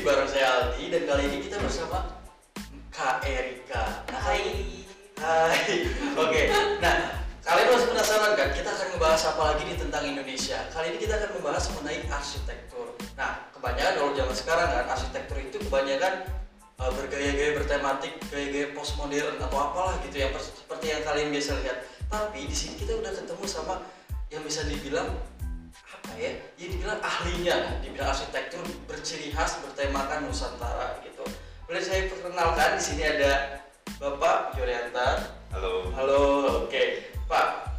bareng saya Aldi dan kali ini kita bersama Kak Erika. Hai. Hai. Oke. Nah, kalian masih penasaran kan? Kita akan membahas apa lagi nih tentang Indonesia. Kali ini kita akan membahas mengenai arsitektur. Nah, kebanyakan kalau zaman sekarang kan arsitektur itu kebanyakan bergaya-gaya bertematik, gaya-gaya postmodern atau apalah gitu yang seperti yang kalian biasa lihat. Tapi di sini kita udah ketemu sama yang bisa dibilang apa ya? Ya dibilang ahlinya di bidang arsitektur berciri khas bertemakan Nusantara gitu. Boleh saya perkenalkan, di sini ada Bapak Yoriantar. Halo. Halo, oke. Pak,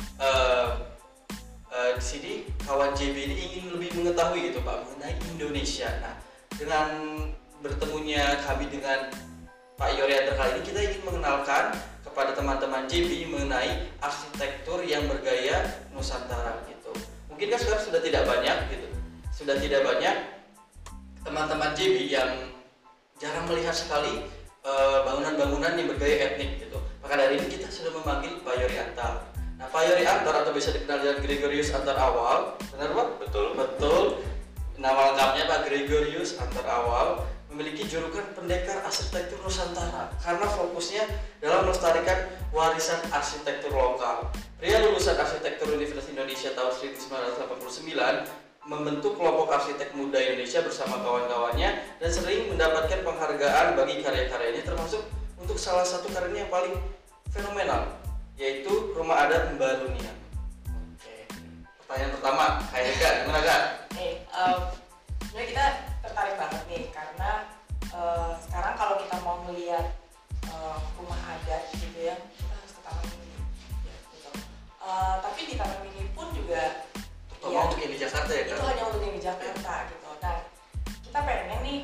di sini kawan JB ini ingin lebih mengetahui gitu Pak mengenai Indonesia. Nah, dengan bertemunya kami dengan Pak Yoriantar kali ini kita ingin mengenalkan kepada teman-teman JB mengenai arsitektur yang bergaya Nusantara gitu. Mungkin kan sekarang sudah tidak banyak gitu. Sudah tidak banyak teman-teman JB yang jarang melihat sekali bangunan-bangunan yang bergaya etnik gitu. Maka dari ini kita sudah memanggil Pak Yoriantar. Nah, Pak Yoriantar atau bisa dikenal dengan Gregorius Antar Awal, benar Pak? Betul. Betul. Nama lengkapnya Pak Gregorius Antar Awal, memiliki julukan Pendekar Arsitektur Nusantara karena fokusnya dalam melestarikan warisan arsitektur lokal. Pria lulusan Arsitektur Universitas Indonesia tahun 1989 membentuk kelompok arsitek muda Indonesia bersama kawan-kawannya dan sering mendapatkan penghargaan bagi karya-karyanya, termasuk untuk salah satu karyanya yang paling fenomenal, yaitu Rumah Adat Mbarunian. Oke. Pertanyaan pertama, Kak Erika, gimana Kak? Sebenarnya kita tertarik banget nih karena sekarang kalau kita mau melihat rumah adat gitu ya, kita harus ke Taman Mini. Gitu. Tapi di Taman Mini pun juga Terutama untuk yang di Jakarta ya Kak? itu hanya untuk yang di Jakarta gitu. Nah, kita pengen nih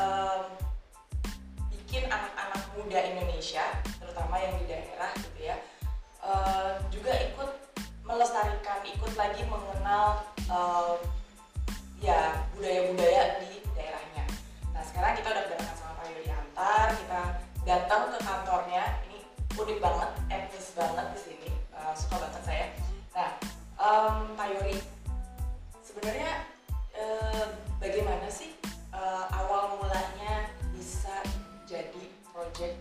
bikin anak-anak muda Indonesia, terutama yang di daerah gitu ya, juga ikut melestarikan, ikut lagi mengenal ya budaya-budaya di daerahnya. Nah, sekarang kita udah kedatangan sama Pak Yoriantar, kita datang ke kantornya. Ini unik banget, etnis banget di sini, suka banget saya. Nah, Pak Yori, sebenarnya bagaimana sih awal mulanya bisa jadi proyek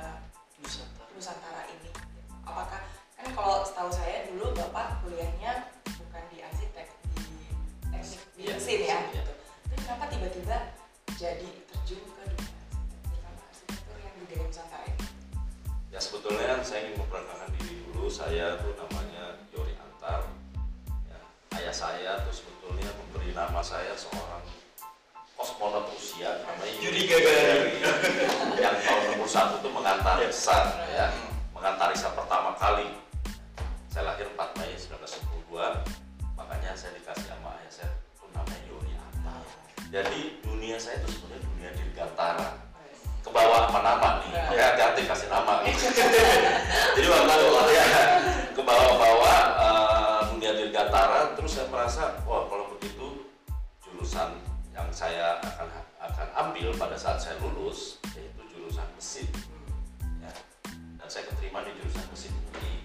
Nusantara ini? Apakah kan kalau setahu saya dulu Bapak kuliahnya bukan di arsitek, di teknik di mesin ya, gitu. Tapi kenapa tiba-tiba jadi terjun ke dunia arsitek, terutama arsitektur yang budaya Nusantara ini? Ya sebetulnya saya ingin memperkenalkan diri dulu. Saya tuh namanya Yoriantar. Ya, ayah saya tuh sebetulnya memberi nama saya seorang kosmonot Rusia namanya Yuri Gagarin yang tahun 61 tuh mengantar Sun ya, mengantar Risa pertama kali. Saya lahir 4 Mei 1962, makanya saya dikasih nama ayah saya tuh namanya Yoriantar. Jadi dunia saya itu sebenarnya dunia dirgantara. Ke bawah apa nama nih? Ya hati-hati kasih nama. Jadi waktu ya ke bawah-bawah dunia dirgantara, terus saya merasa wah kalau begitu jurusan yang saya akan ambil pada saat saya lulus yaitu jurusan mesin. Ya. Dan saya keterima di jurusan mesin ini.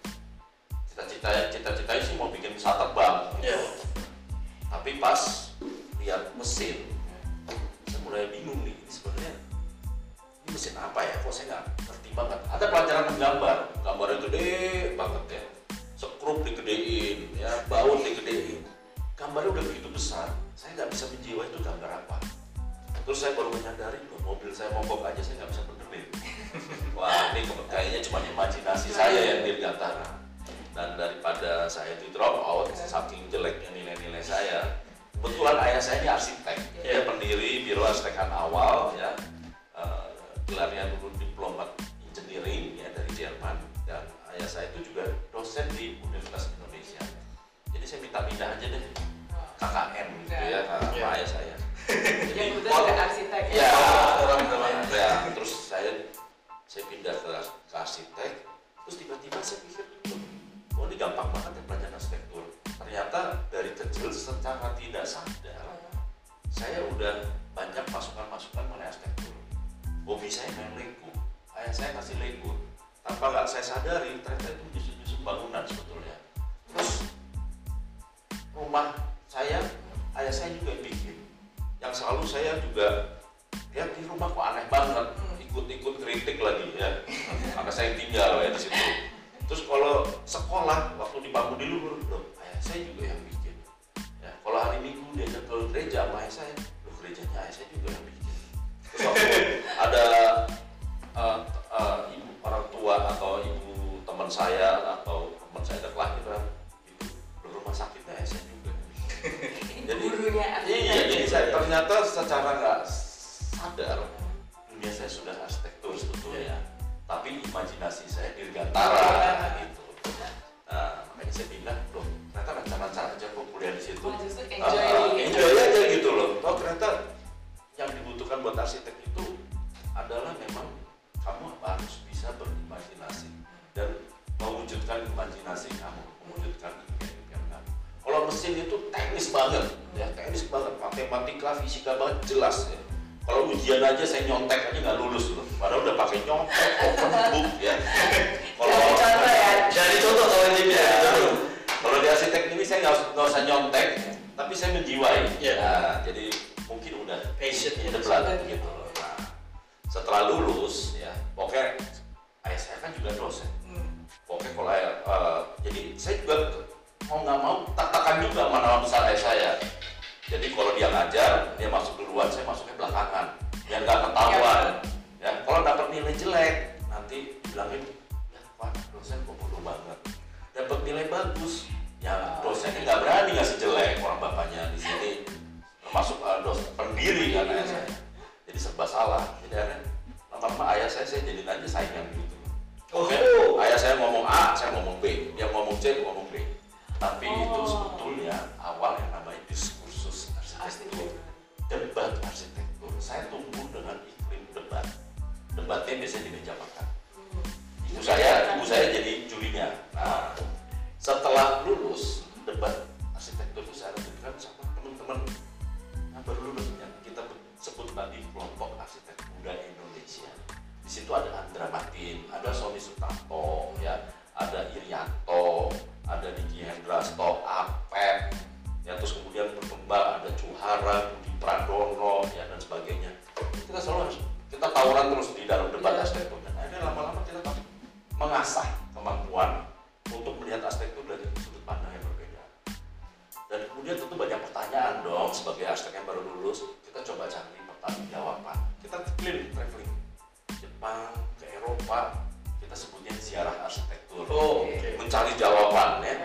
Cita-citanya sih mau bikin pesawat terbang. Yeah. Tapi pas lihat mesin, saya mulai bingung nih, ini sebenarnya ini mesin apa ya? Kok saya nggak ngerti banget. Ada pelajaran menggambar, gambarnya gede banget ya, skrup digedein, ya baut digedein, gambarnya udah begitu besar, saya nggak bisa menjiwai itu gambar apa. Terus saya baru menyadari, mobil saya mogok aja saya nggak bisa benerin. Wah, ini kayaknya cuma imajinasi saya yang dirgantara. Dan daripada saya di drop out, saking jeleknya nilai-nilai saya, kebetulan ayah saya ini arsitek, dia pendiri Biro Arsitekan Awal, ya, gelarnya dulu diplomat engineering ya dari Jerman, dan ayah saya itu juga dosen di Universitas Indonesia. Jadi saya minta pindah aja deh KKN gitu ya, sama ayah saya. Jadi kebetulan arsitek ya, ya. Terus saya pindah ke arsitek, terus tiba-tiba saya pikir, oh ini gampang banget ya belajar arsitektur. Ternyata dari kecil secara tidak sadar saya udah banyak masukan-masukan mengenai arsitektur. Hobi saya main Lego, ayah saya kasih Lego. Tanpa nggak saya sadari, ternyata itu nyusun bangunan sebetulnya. Terus rumah saya, ayah saya juga bikin. Yang selalu saya juga dia di rumah kok aneh banget, ikut-ikut kritik lagi ya. Maka saya tinggal ya di situ. Terus kalau sekolah waktu dibangun di luhur, loh, ayah saya juga yang bikin. Ya, kalau hari Minggu diajak ke gereja sama ayah saya, loh gerejanya ayah saya juga yang bikin. Terus waktu ada ibu orang tua atau ibu teman saya atau teman saya ada kelahiran, itu rumah sakitnya ayah saya juga. Jadi iya, jadi saya ternyata secara nggak sadar dunia saya sudah arsitektur sebetulnya, tapi imajinasi saya dirgantara gitu. Nah, makanya saya bilang, loh, ternyata lancar-lancar aja kok kuliah di situ. Enjoy aja gitu loh. Toh ternyata yang dibutuhkan buat arsitek itu adalah memang kamu harus bisa berimajinasi dan mewujudkan imajinasi kamu, mewujudkan impian-impian kamu. Kalau mesin itu teknis banget, ya teknis banget, matematika, fisika banget jelas ya. Kalau ujian aja saya nyontek aja nggak lulus loh, padahal udah pakai nyontek, open book ya. Kalau Jadi contoh kalau ini ya. Kalau di arsitek ini saya nggak usah nyontek, tapi saya menjiwai. Iya. Nah, jadi mungkin udah Passion ya. debat gitu loh. Nah, setelah lulus ya, pokoknya ayah saya kan juga dosen. Pokoknya kalau jadi saya juga mau nggak mau tak-takan juga sama nama besar ayah saya. Jadi kalau dia ngajar, dia masuk duluan, saya masuknya belakangan, biar nggak ketahuan. Ya, kalau dapat nilai jelek, nanti bilangin, ya Pak, dosen kok bodoh banget. Dapat nilai bagus, ya dosennya nggak berani ngasih jelek, orang bapaknya di sini termasuk dosen pendiri kan ayah saya. Jadi serba salah. Jadi lama-lama ayah saya jadiin aja saingan gitu. Oke, ayah saya ngomong A, saya ngomong B, dia ngomong C, ngomong B. Tapi itu sebetulnya awal yang namanya diskursus arsitektur, debat arsitektur. Saya tumbuh dengan iklim debat. Debatnya biasanya di meja makan. Ibu saya jadi jurinya. Nah, setelah lulus debat arsitektur itu saya lanjutkan sama teman-teman yang baru lulus yang kita sebut tadi kelompok arsitek muda Indonesia. Di situ ada Andra Matin, ada Sony Sutanto, ya, ada Irianto, ada Diki Hendrasto, Apep, ya, terus kemudian berkembang ada Cuhara, Budi Pradono, ya, dan sebagainya. Kita selalu harus kita tawuran terus di dalam debat arsitektur. Dan akhirnya lama-lama kita mengasah kemampuan untuk melihat arsitektur dari sudut pandang yang berbeda. Dan kemudian tentu banyak pertanyaan dong sebagai arsitek yang baru lulus. Kita coba cari pertanggungjawaban. Kita keliling traveling Jepang ke Eropa. Kita sebutnya ziarah arsitektur. Mencari jawaban ya,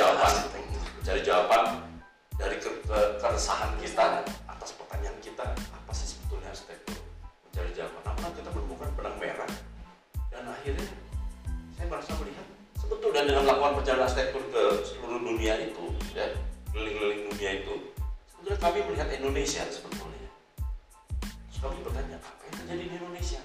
mencari jawaban dari keresahan kita atas pertanyaan kita, apa sih sebetulnya arsitektur, mencari jawaban. Namun kita menemukan benang merah dan akhirnya saya merasa melihat sebetulnya dengan melakukan perjalanan arsitektur ke seluruh dunia itu, ya, keliling-keliling dunia itu, sebetulnya kami melihat Indonesia sebetulnya. Terus kami bertanya, apa yang terjadi di Indonesia?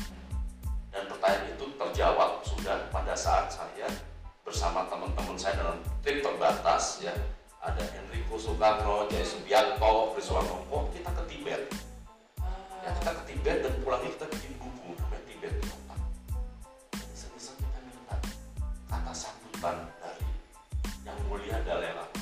Dan pertanyaan itu terjawab sudah pada saat saya bersama teman-teman saya dalam tim terbatas, ya, ada Enrico Soekarno, Jaya Subianto, Priswanto, kita ke Tibet. Ya, kita ke Tibet dan pulangnya kita bikin buku namanya Tibet Otak. Iseng-iseng kita minta kata sambutan dari Yang Mulia Dalai Lama.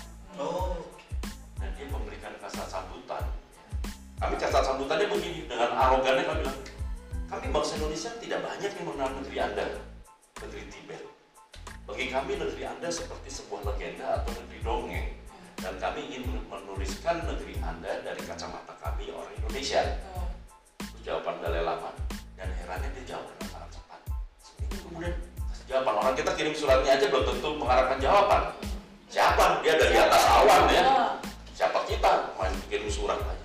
Dan dia memberikan kata sambutan. Kami kata sambutannya begini, dengan arogannya kami bilang, kami bangsa Indonesia tidak banyak yang mengenal negeri Anda, negeri Tibet. Bagi kami negeri Anda seperti sebuah legenda atau negeri dongeng. Dan kami ingin menuliskan negeri Anda dari kacamata kami orang Indonesia. Itu jawaban Dalai Lama. Dan herannya dia jawab dengan sangat cepat. Seminggu kemudian kasih jawaban. Orang kita kirim suratnya aja belum tentu mengharapkan jawaban. Siapa? Dia dari atas awan ya. Siapa kita? Main kirim surat aja.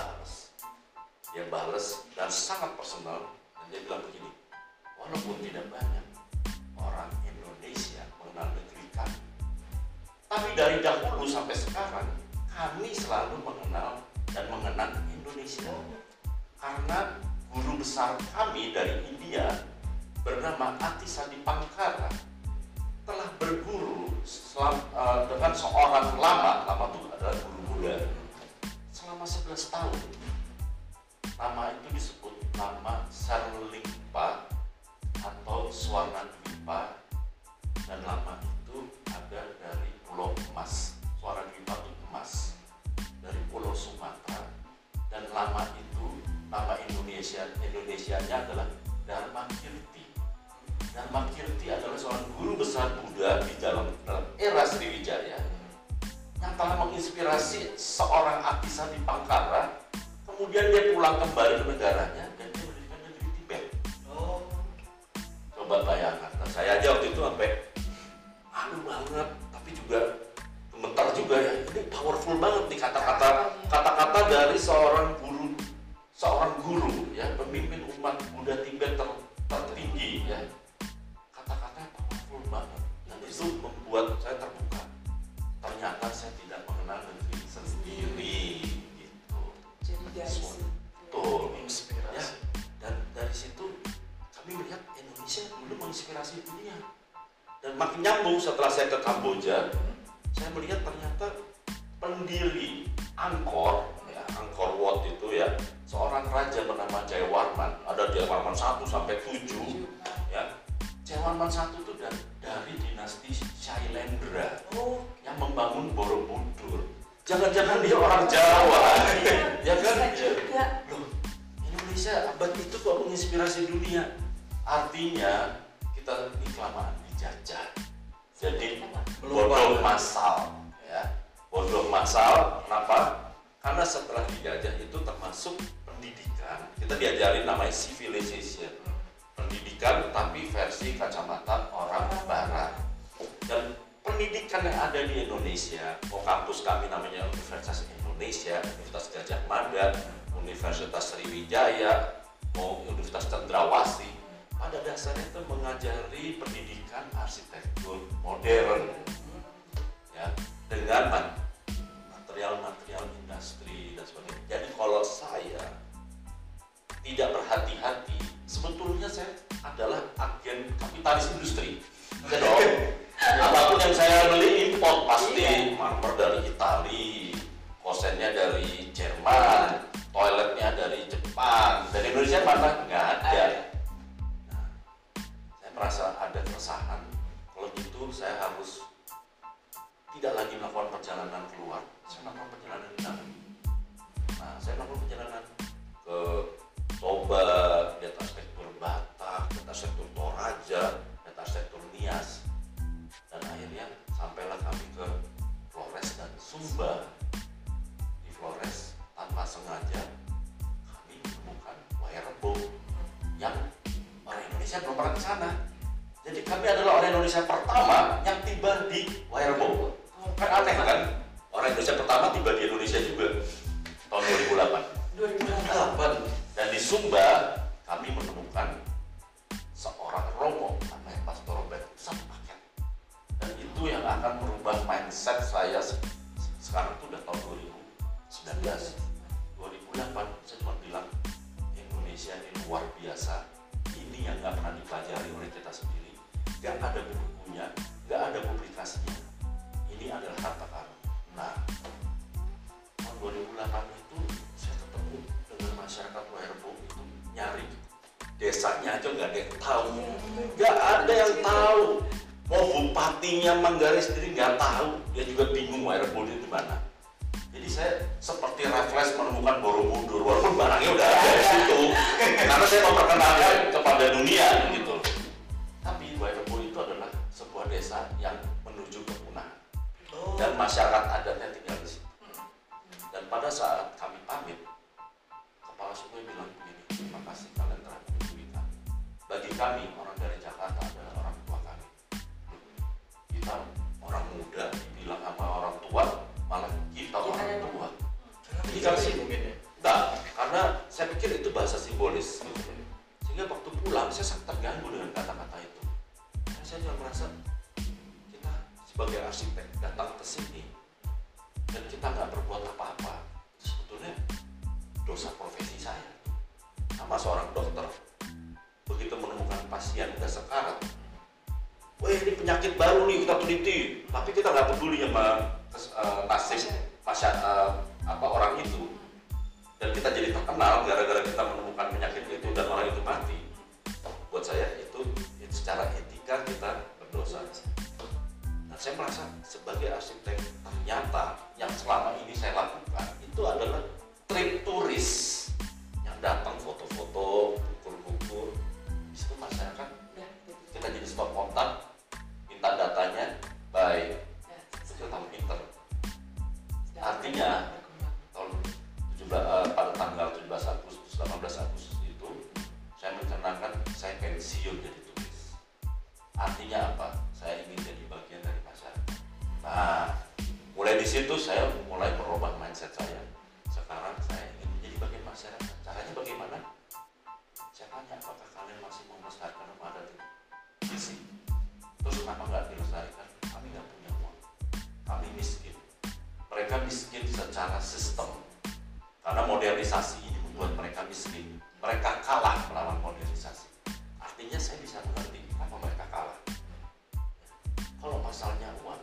Dia balas dan sangat personal. Dan dia bilang begini, walaupun tidak banyak orang Indonesia mengenal negeri kami, tapi dari dahulu sampai sekarang kami selalu mengenal dan mengenang Indonesia. Karena guru besar kami dari India bernama Atisadi Pankara telah berguru dengan seorang lama itu adalah guru Buddha selama 11 tahun. Nama itu disebut nama Sarlingpa atau Swarnadwipa, dan nama itu ada dari Pulau Emas. Swarnadwipa itu emas, dari Pulau Sumatera, dan nama itu nama Indonesia Kirti adalah seorang guru besar Buddha di dalam era Sriwijaya yang telah menginspirasi seorang artisan di Pangkara. Kemudian dia pulang kembali ke negaranya dan dia mendirikan negeri Tibet. Oh. Coba bayangkan, nah, saya aja waktu itu sampai anu banget, tapi juga gemetar juga ya. Ini powerful banget nih kata-kata dari seorang guru ya, pemimpin umat Buddha Tibet tertinggi ya. Kata-katanya powerful banget dan itu membuat saya terbuka. Ternyata saya tidak mengenal negeri sendiri gitu. Jadi dari situ. Betul. Ya. Inspirasi. Dan dari situ kami melihat Indonesia dulu menginspirasi dunia. Dan makin nyambung setelah saya ke Kamboja, saya melihat ternyata pendiri Angkor, ya, Angkor Wat itu ya, seorang raja bernama Jayawarman. Ada Jayawarman 1 sampai 7, ya. Jayawarman 1 itu dari dinasti Shailendra yang membangun Borobudur. Jangan-jangan dia orang Jawa, ya kan? Juga. Loh, Indonesia abad itu kok menginspirasi dunia. Artinya kita ini kelamaan dijajah. Jadi bodoh massal, ya. Bodoh massal, kenapa? Karena setelah dijajah itu termasuk pendidikan. Kita diajarin namanya civilization. Pendidikan tapi versi kacamata orang barat. Dan pendidikan yang ada di Indonesia, kampus kami namanya Universitas Indonesia, Universitas Gajah Mada, Universitas Sriwijaya, Universitas Cendrawasih, pada dasarnya itu mengajari pendidikan arsitektur modern, ya, dengan material-material industri dan sebagainya. Jadi kalau saya tidak berhati-hati, sebetulnya saya adalah agen kapitalis industri. Ya dong. Apapun yang saya beli import pasti, marmer dari Itali, kosennya dari Jerman, toiletnya dari Jepang. Dari Indonesia mana? Nggak ada. Nah, saya merasa ada keresahan. Kalau gitu saya harus tidak lagi melakukan perjalanan keluar, saya melakukan perjalanan di dalam. Nah, saya melakukan perjalanan ke Toba, lihat arsitektur Batak, lihat arsitektur Toraja, lihat arsitektur Nias. Dan akhirnya sampailah kami ke Flores dan Sumba. Di Flores tanpa sengaja kami menemukan wayang rebo yang orang Indonesia belum pernah ke sana. Jadi kami adalah orang Indonesia pertama yang tiba di wayang rebo. Kan aneh kan? Orang Indonesia pertama tiba di Indonesia juga tahun 2008. Dan di Sumba kami menemukan seorang Romo namanya Pastor Robert Sampaket. Dan itu yang akan merubah mindset saya sekarang itu udah tahun 2019. 2008 saya cuma bilang Indonesia ini luar biasa. Ini yang nggak pernah dipelajari oleh kita sendiri. Nggak ada bukunya, nggak ada publikasinya. Ini adalah harta karun. Nah, tahun 2008 itu saya ketemu dengan masyarakat Wairebo itu nyari desanya aja nggak ada yang tahu, nggak ada yang tahu. Mau bupatinya Manggarai sendiri nggak tahu, dia juga bingung Wairebo itu di mana. Jadi saya seperti refleks menemukan Borobudur, walaupun barangnya udah ada di situ, karena saya memperkenalkan kepada dunia gitu. Tapi Wairebo itu adalah sebuah desa yang menuju kepunahan. Dan masyarakat adatnya tinggal di situ. Dan pada saat kami pamit, kepala suku bilang begini, terima kasih kalian telah mengunjungi kami. Bagi kami orang dari Jakarta adalah orang tua kami. Kita orang muda dibilang sama orang tua, malah kita orang tua. Dikasih mungkin ya. Enggak, karena saya pikir itu bahasa simbolis. Sehingga waktu pulang saya sangat terganggu dengan kata-kata itu. Dan saya juga merasa kita sebagai arsitek datang ke sini dan kita nggak berbuat apa-apa, sebetulnya dosa profesi saya. Sama seorang dokter, begitu menemukan pasien udah sekarat, wah ini penyakit baru nih kita teliti, tapi kita nggak peduli sama nasib orang itu, dan kita jadi terkenal gara-gara kita menemukan penyakit itu dan orang itu mati. Buat saya itu secara etika kita berdosa. Saya merasa sebagai arsitek ternyata yang selama ini saya lakukan itu adalah trip turis yang datang foto-foto, ukur-ukur. Di situ masyarakat kita jadi stop artinya apa? Saya ingin jadi bagian dari masyarakat. Nah, mulai di situ saya mulai merubah mindset saya. Sekarang saya ingin menjadi bagian masyarakat. Caranya bagaimana? Saya tanya, apakah kalian masih mau melestarikan rumah adat ini? Masih. Terus kenapa nggak dilestarikan? Kami nggak punya uang. Kami miskin. Mereka miskin secara sistem. Karena modernisasi ini membuat mereka miskin. Mereka kalah melawan modernisasi. Artinya saya bisa mengerti kenapa mereka kalah. Kalau masalahnya uang,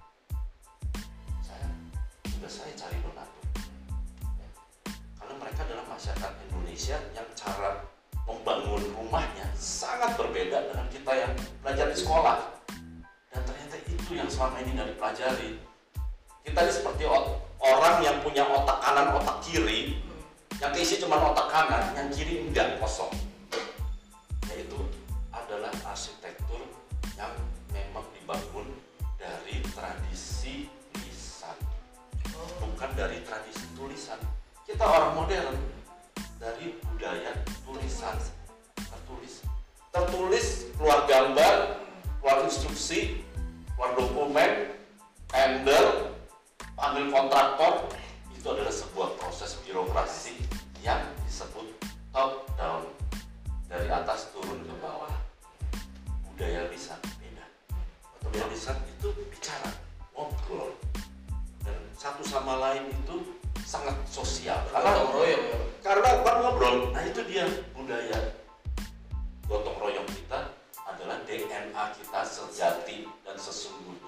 saya cari donatur. Karena mereka adalah masyarakat Indonesia yang cara membangun rumahnya sangat berbeda dengan kita yang belajar di sekolah. Dan ternyata itu yang selama ini nggak dipelajari. Kita ini seperti orang yang punya otak kanan, otak kiri, yang keisi cuma otak kanan, yang kiri enggak, kosong. Yaitu adalah arsitektur yang memang dibangun dari tradisi lisan, bukan dari tradisi tulisan. Kita orang modern dari budaya tulisan, tertulis, keluar gambar, keluar instruksi, keluar dokumen, tender, panggil kontraktor. Itu adalah sebuah proses birokrasi yang disebut top down, dari atas turun ke bawah. Budaya lisan beda. Budaya lisan itu bicara, ngobrol, dan satu sama lain itu sangat sosial. Karena bukan ngobrol. Nah itu dia budaya. Gotong royong kita adalah DNA kita sejati dan sesungguhnya.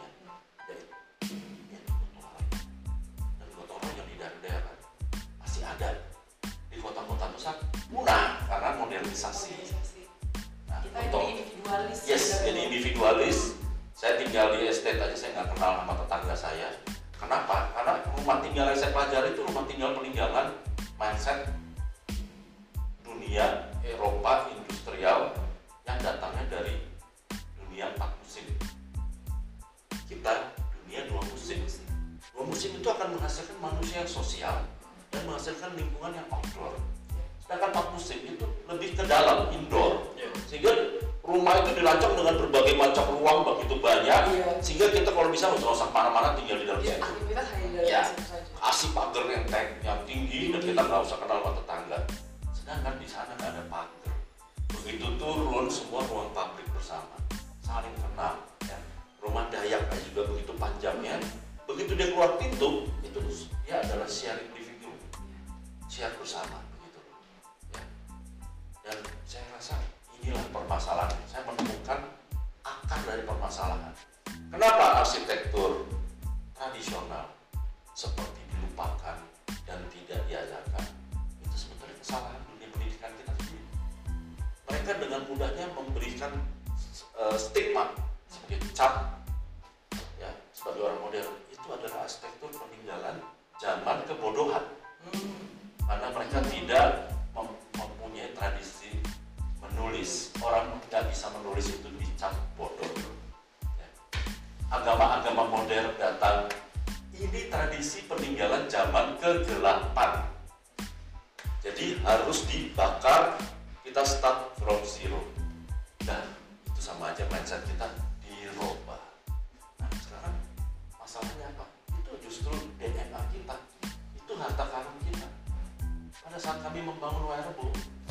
Dan gotong royong di daerah-daerah masih ada. Di kota-kota besar punah karena modernisasi. Nah, kita jadi individualis. Yes, jadi individualis. Saya tinggal di estate aja, saya nggak kenal sama tetangga saya. Kenapa? Karena rumah tinggal yang saya pelajari itu rumah tinggal peninggalan mindset dunia Eropa industrial yang datangnya dari dunia 4 musim. Kita dunia 2 musim. 2 musim itu akan menghasilkan manusia yang sosial dan menghasilkan lingkungan yang outdoor. Sedangkan 4 musim itu lebih ke dalam, indoor. Sehingga rumah itu dirancang dengan berbagai macam ruang begitu banyak, sehingga kita kalau bisa nggak usah mana-mana, tinggal di dalam situ. Aktivitas hanya di dalam situ saja. Kasih pagar yang tinggi dan kita nggak usah kenal sama tetangga. Sedangkan di sana nggak ada pagar. Begitu turun semua ruang pabrik bersama, saling kenal. Ya. Rumah Dayak juga begitu panjangnya. Begitu dia keluar pintu, itu dia adalah sharing living room, share bersama begitu. Ya. Dan saya rasa inilah permasalahan. Saya menemukan akar dari permasalahan. Kenapa arsitektur tradisional seperti dilupakan dan tidak diajarkan? Itu sebetulnya kesalahan dunia pendidikan kita sendiri. Mereka dengan mudahnya memberikan stigma sebagai cap, ya, sebagai orang modern. Itu adalah arsitektur peninggalan zaman kebodohan. Karena mereka tidak mempunyai tradisi menulis. Orang tidak bisa menulis itu dicap bodoh. Ya. Agama-agama modern datang, ini tradisi peninggalan zaman kegelapan. Jadi harus dibakar, kita start from zero. Nah, itu sama aja mindset kita dirubah. Nah, sekarang masalahnya apa? Itu justru DNA kita. Itu harta karun kita. Pada saat kami membangun Wairebo,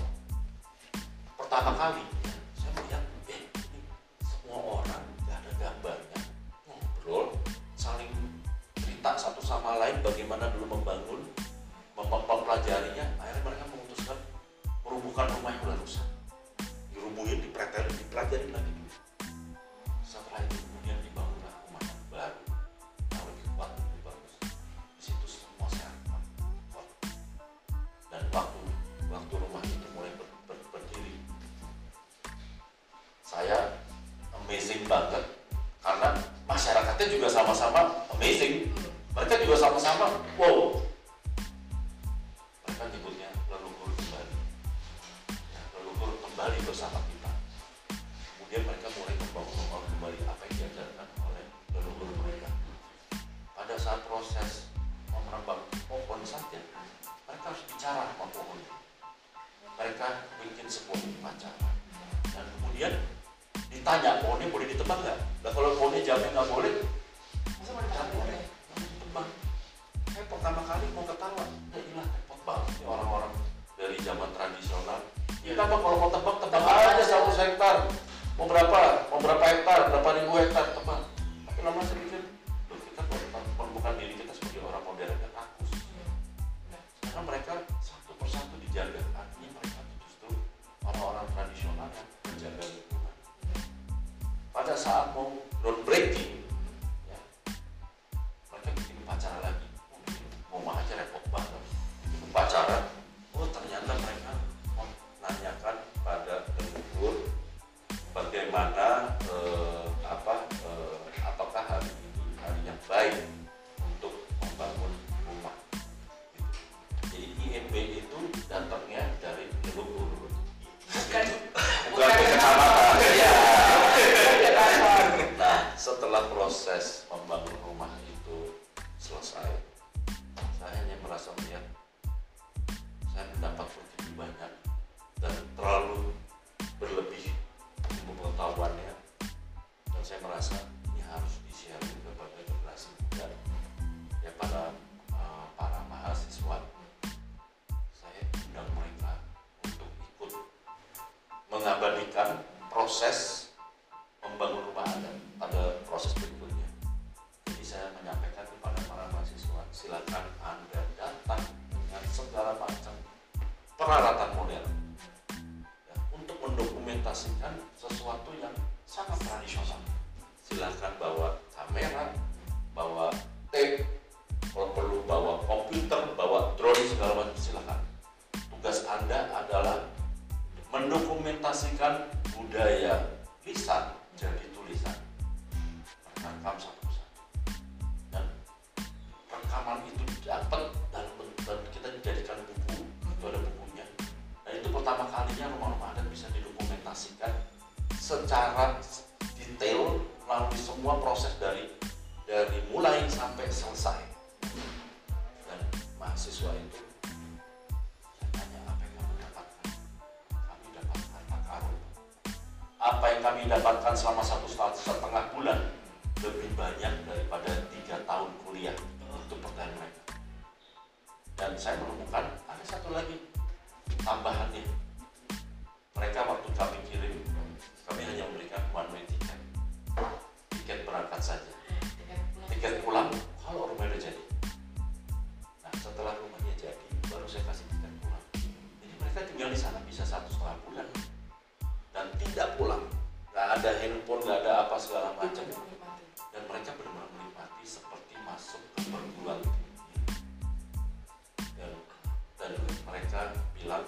pertama kali saya melihat ini semua orang gak ada gambarnya, ngobrol, saling cerita satu sama lain bagaimana dulu membangun, mempelajarinya. Akhirnya mereka memutuskan merubuhkan rumah yang udah rusak, dirubuhin, dipretelin, dipelajarin lagi. Setelah itu kemudian dibangunlah rumah yang baru yang lebih kuat, lebih bagus. Di situ semua saya kuat. Dan waktu rumah itu mulai berdiri, saya amazing banget karena masyarakatnya juga sama-sama amazing. Mereka juga sama-sama wow. Mereka nyebutnya leluhur kembali. Ya, leluhur kembali bersama kita. Kemudian mereka mulai membangun rumah kembali apa yang diajarkan oleh leluhur mereka. Pada saat proses menambang pohon saja, mereka harus bicara sama pohon. Mereka bikin sebuah upacara dan kemudian ditanya pohonnya boleh ditebang groundbreaking, ya, mereka bikin upacara lagi. Bikin rumah aja repot banget. Bikin upacara, oh ternyata mereka menanyakan pada leluhur bagaimana apakah hari ini hari yang baik untuk membangun rumah. Jadi IMB itu datangnya dari leluhur. Bukan Bukan ke kecamatan. Ya. kantor. Nah, setelah proses membangun rumah itu selesai, saya hanya merasa melihat saya mendapat begitu banyak dan terlalu berlebih ilmu pengetahuannya, dan saya merasa ini harus di-sharing kepada generasi muda, ya para mahasiswa. Saya undang mereka untuk ikut mengabadikan proses membangun rumah adat pada proses berikutnya. Jadi saya menyampaikan kepada para mahasiswa, silakan Anda datang dengan segala macam peralatan modern, ya, untuk mendokumentasikan sesuatu yang sangat tradisional. Silakan bawa kamera, bawa tape, kalau perlu bawa komputer, bawa drone, segala macam, silakan. Tugas Anda adalah mendokumentasikan budaya lisan jadi tulisan, rekam satu-satu, dan rekaman itu dapat dan kita dijadikan buku. Itu ada bukunya, dan itu pertama kalinya rumah-rumah adat bisa didokumentasikan secara detail melalui semua proses dari mulai sampai selesai. Dan mahasiswa itu saya tanya, apa yang kamu dapatkan? Kami dapat harta karun. Apa yang kami dapatkan selama 1,5 bulan lebih banyak daripada 3 tahun kuliah untuk pertanyaan mereka. Dan saya menemukan ada satu lagi tambahannya. Mereka waktu kami kirim, kami hanya memberikan one way tiket berangkat saja. Tiket pulang kalau rumahnya udah jadi. Nah, setelah rumahnya jadi baru saya kasih tiket pulang. Jadi mereka tinggal di sana bisa 1,5 bulan dan tidak pulang, nggak ada handphone, nggak ada apa segala macam, dan mereka benar-benar menikmati seperti masuk ke perguruan tinggi. Dan mereka bilang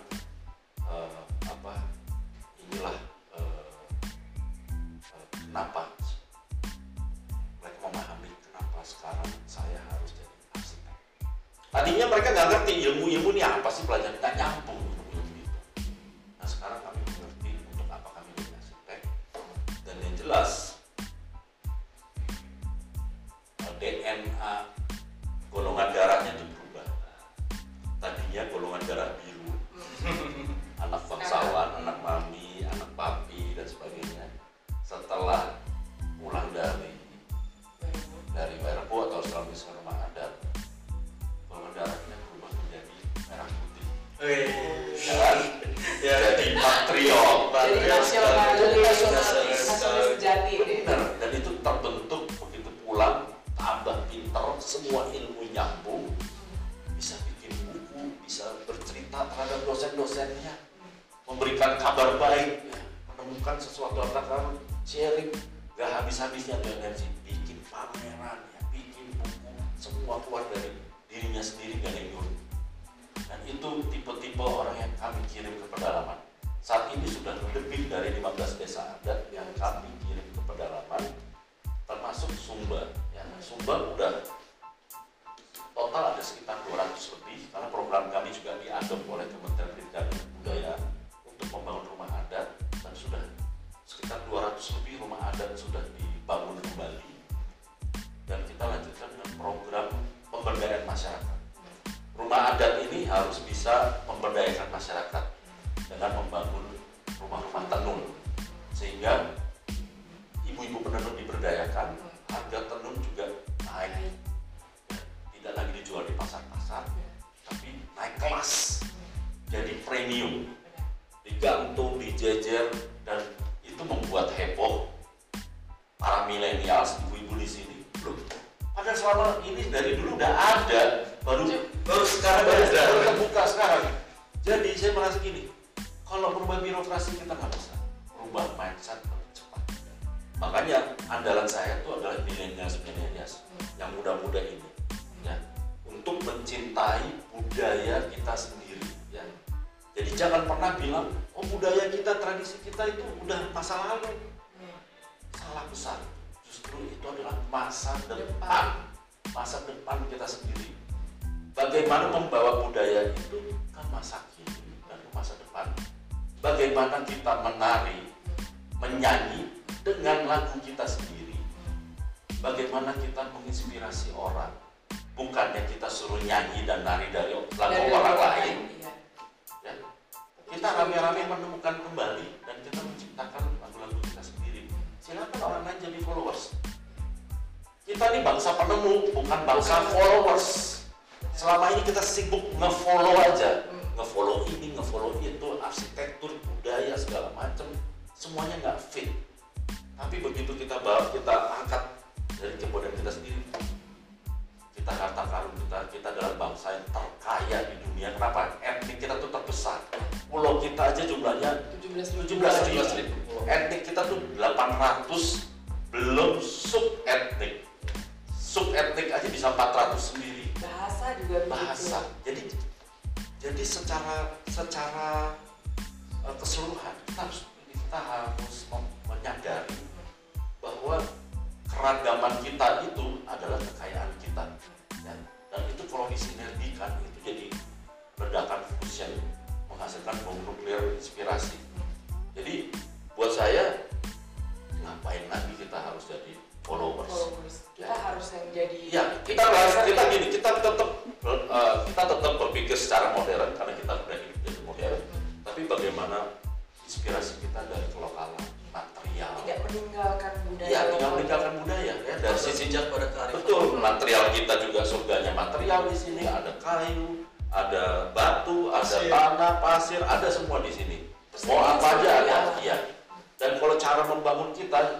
inilah kenapa mereka memahami kenapa sekarang saya harus jadi arsitek. Tadinya mereka nggak ngerti ilmu ini apa sih, pelajaran nggak nyambung ilmu itu. Nah, sekarang kami mengerti untuk apa kami jadi arsitek, dan yang jelas DNA golongan darahnya itu berubah. Tadinya golongan darah biru, anak bangsawan, anak mami, anak papi, dan sebagainya. Setelah pulang dari Werebo atau setelah bisa rumah adat, golongan darahnya berubah menjadi merah putih. Ya kan? Ya. Jadi patriot. Jadi nasionalis sejati. Benar, dan itu terbentuk begitu pulang, tambah pinter, semua ilmu nyambung, bisa bikin buku, bisa bercerita terhadap dosen-dosennya, memberikan kabar baik, ya, menemukan sesuatu harta karun, sharing, gak habis-habisnya tuh energi, bikin pameran, ya, bikin buku, semua keluar dari dirinya sendiri, gak ada yang nyuruh. Dan itu tipe-tipe orang yang kami kirim ke pedalaman. Saat ini sudah lebih dari 15 desa adat yang kami kirim ke pedalaman, termasuk Sumba. Ya, Sumba udah total ada sekitar 200 lebih, karena program kami juga diadop oleh Kementerian Pendidikan dan Kebudayaan untuk membangun rumah adat, dan sudah sekitar 200 lebih rumah adat sudah dibangun kembali, dan kita lanjutkan dengan program pemberdayaan masyarakat. Rumah adat ini harus bisa memberdayakan masyarakat dengan membangun rumah-rumah tenun, sehingga ibu-ibu penenun diberdayakan, harga tenun juga naik, tidak lagi dijual di pasar-pasar, tapi naik kelas, jadi premium, digantung, dijejer, dan itu membuat heboh para milenials, ibu-ibu di sini. Loh, padahal selama ini dari dulu udah ada, baru sekarang baru terbuka sekarang. Jadi saya merasa gini, kalau merubah birokrasi kita nggak bisa, merubah mindset lebih cepat. Makanya andalan saya itu adalah milenials yang muda-muda ini, ya, untuk mencintai budaya kita sendiri, ya. Jadi jangan pernah bilang, oh budaya kita, tradisi kita itu udah masa lalu. Salah besar. Justru itu adalah masa depan kita sendiri. Bagaimana membawa budaya itu ke masa kini dan ke masa depan. Bagaimana kita menari, menyanyi dengan lagu kita sendiri. Bagaimana kita menginspirasi orang. Bukannya kita suruh nyanyi dan nari dari lagu orang lain. Ya. Kita rame-rame menemukan kembali dan kita menciptakan lagu-lagu kita sendiri. Silakan orang lain jadi followers. Kita ini bangsa penemu, bukan bangsa followers. Selama ini kita sibuk nge-follow aja, nge-follow ini, nge-follow itu, arsitektur, budaya, segala macam, semuanya nggak fit. Tapi begitu kita angkat dari kebudayaan kita sendiri, kita harta karun kita adalah bangsa yang terkaya di dunia. Kenapa? Etnik kita tuh terbesar. Pulau kita aja jumlahnya 17.000. Etnik kita tuh 800, belum sub etnik. Sub etnik aja bisa 400 sendiri. Bahasa juga Bahasa. Jadi secara keseluruhan kita harus menyadari bahwa keragaman kita itu adalah kekayaan kita, ya. Dan itu kalau disinergikan itu jadi ledakan fusion, menghasilkan bom nuklir inspirasi. Jadi buat saya, ngapain lagi kita harus jadi followers? Kita harus yang jadi. Ya, kita tetap berpikir secara modern karena kita sudah hidup jadi modern. Tapi bagaimana inspirasi kita dari kelokalan, material. Tidak meninggalkan budaya. Ya, tidak meninggalkan budaya. Ya, dari Masih jejak pada kearifan. betul, material kita juga surganya material di sini. Ada kayu, ada batu, ada tanah, pasir, ada semua di sini. Mau apa aja ada. Iya. Dan kalau cara membangun kita,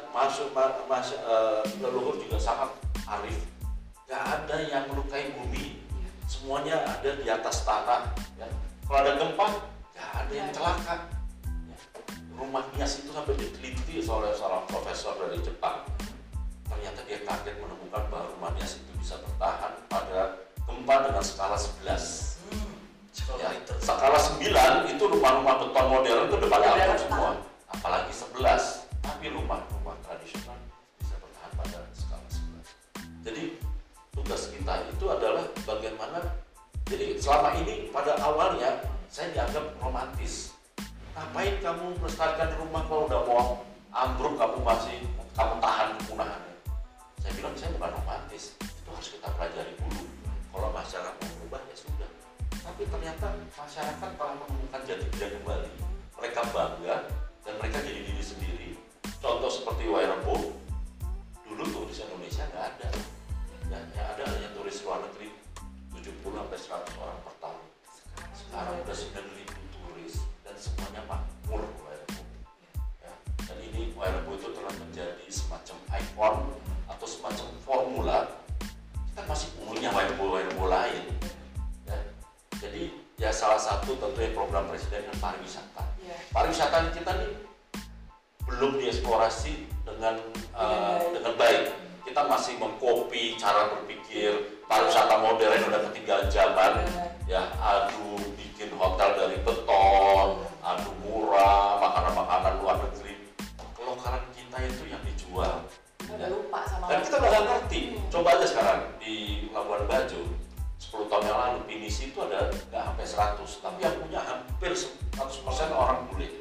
leluhur juga sangat arif. Gak ada yang melukai bumi. Semuanya ada di atas tanah. Ya. Kalau ada gempa, gak ada yang celaka. Ya. Rumah Nias itu sampai diteliti oleh seorang profesor dari Jepang. Ternyata dia kaget menemukan bahwa rumah Nias itu bisa bertahan pada gempa dengan skala 11. Ya, skala 9 itu rumah-rumah beton modern itu depannya ambruk semua. Apalagi 11, tapi rumah-rumah tradisional bisa bertahan pada skala 11. Jadi tugas kita itu adalah bagaimana. Jadi selama ini pada awalnya saya dianggap romantis. Ngapain kamu melestarikan rumah kalau udah mau ambruk kamu tahan kepunahannya? Saya bilang saya bukan romantis, itu harus kita pelajari dulu. Kalau masyarakat mau berubah ya sudah. Tapi ternyata masyarakat telah menemukan jati diri kembali. Mereka bangga dan mereka jadi diri sendiri. Contoh seperti Wairebo, dulu turis Indonesia nggak ada. Ya, yang ada hanya turis luar negeri 70-100 orang per tahun. Sekarang udah 9.000 turis dan semuanya makmur Wairebo. Ya, dan ini Wairebo itu telah menjadi semacam ikon atau semacam formula. Kita masih punya Wairebo lain. Ya. Jadi ya salah satu tentunya program presiden yang pariwisata. Pariwisata kita nih belum dieksplorasi dengan baik. Kita masih mengkopi cara berpikir pariwisata modern udah ketinggalan zaman. Ya, bikin hotel dari beton, murah, makanan-makanan luar negeri. Kelokalan kita itu yang dijual. Udah lupa sama. Dan kita nggak ngerti. Coba aja sekarang di Labuan Bajo. 10 tahun yang lalu pinisi itu ada nggak sampai 100, tapi yang punya hampir 100% orang bule.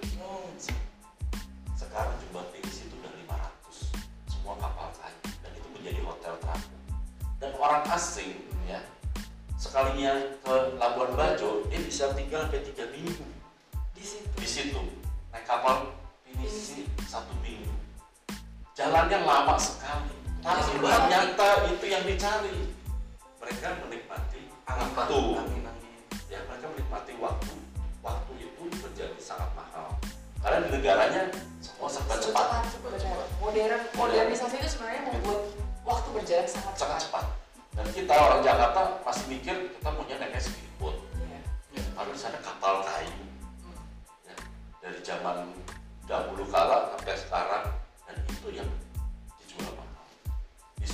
Sekarang jumlah pinisi itu udah 500, semua kapal kayu, dan itu menjadi hotel terapung. Dan orang asing ya sekalinya ke Labuan Bajo dia bisa tinggal sampai 3 minggu di situ naik kapal pinisi 1 minggu. Jalannya lama sekali, tapi ternyata itu yang dicari. Mereka menikmati waktu, ya mereka menikmati waktu. Waktu itu menjadi sangat mahal karena di negaranya semua serba cepat. Modernisasi itu sebenarnya membuat waktu berjalan sangat cepat. Dan kita orang Jakarta masih mikir kita maunya naik speedboat. Kalau di sana kapal kayu, ya, dari zaman dahulu kala sampai sekarang, dan itu yang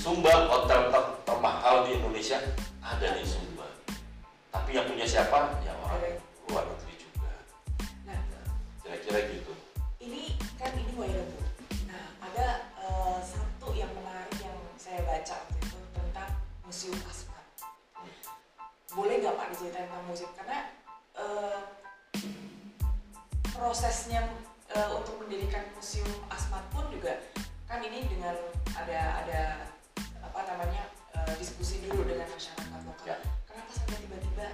Sumba, hotel termahal di Indonesia ada di Sumba. Tapi yang punya siapa? Ya orang luar negeri juga. Nah, Kira-kira gitu. ini kan ini Wairebo. Nah, ada satu yang menarik yang saya baca waktu itu tentang Museum Asmat. Boleh nggak Pak diceritain tentang museum? Karena prosesnya untuk mendirikan Museum Asmat pun juga kan ini dengan ada apa namanya diskusi dulu dengan masyarakat lokal. Ya. Kenapa sampai tiba-tiba